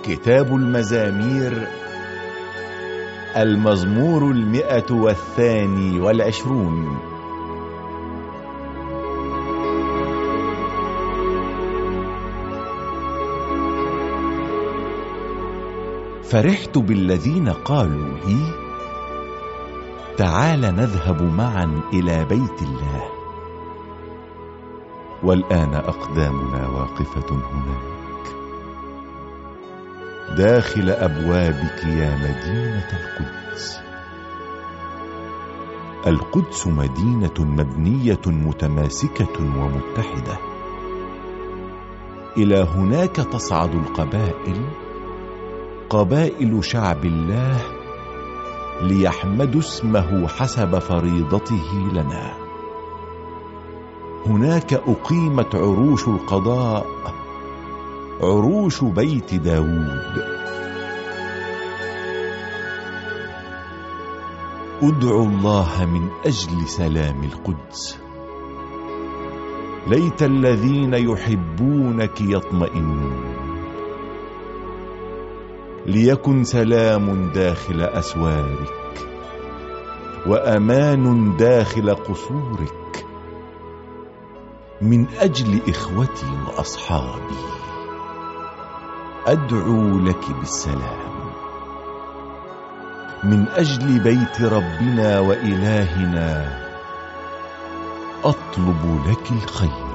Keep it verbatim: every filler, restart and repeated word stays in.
كتاب المزامير، المزمور المئة والثاني والعشرون. فرحت بالذين قالوا لي: تعال نذهب معا إلى بيت الله. والآن أقدامنا واقفة هناك داخل أبوابك يا مدينة القدس. القدس مدينة مبنية متماسكة ومتحدة. إلى هناك تصعد القبائل، قبائل شعب الله، ليحمدوا اسمه حسب فريضته لنا. هناك أقيمت عروش القضاء، عروش بيت داود. ادعوا الله من أجل سلام القدس. ليت الذين يحبونك يطمئنون. ليكن سلام داخل أسوارك، وأمان داخل قصورك، من أجل إخوتي وأصحابي أدعو لك بالسلام. من أجل بيت ربنا وإلهنا أطلب لك الخير.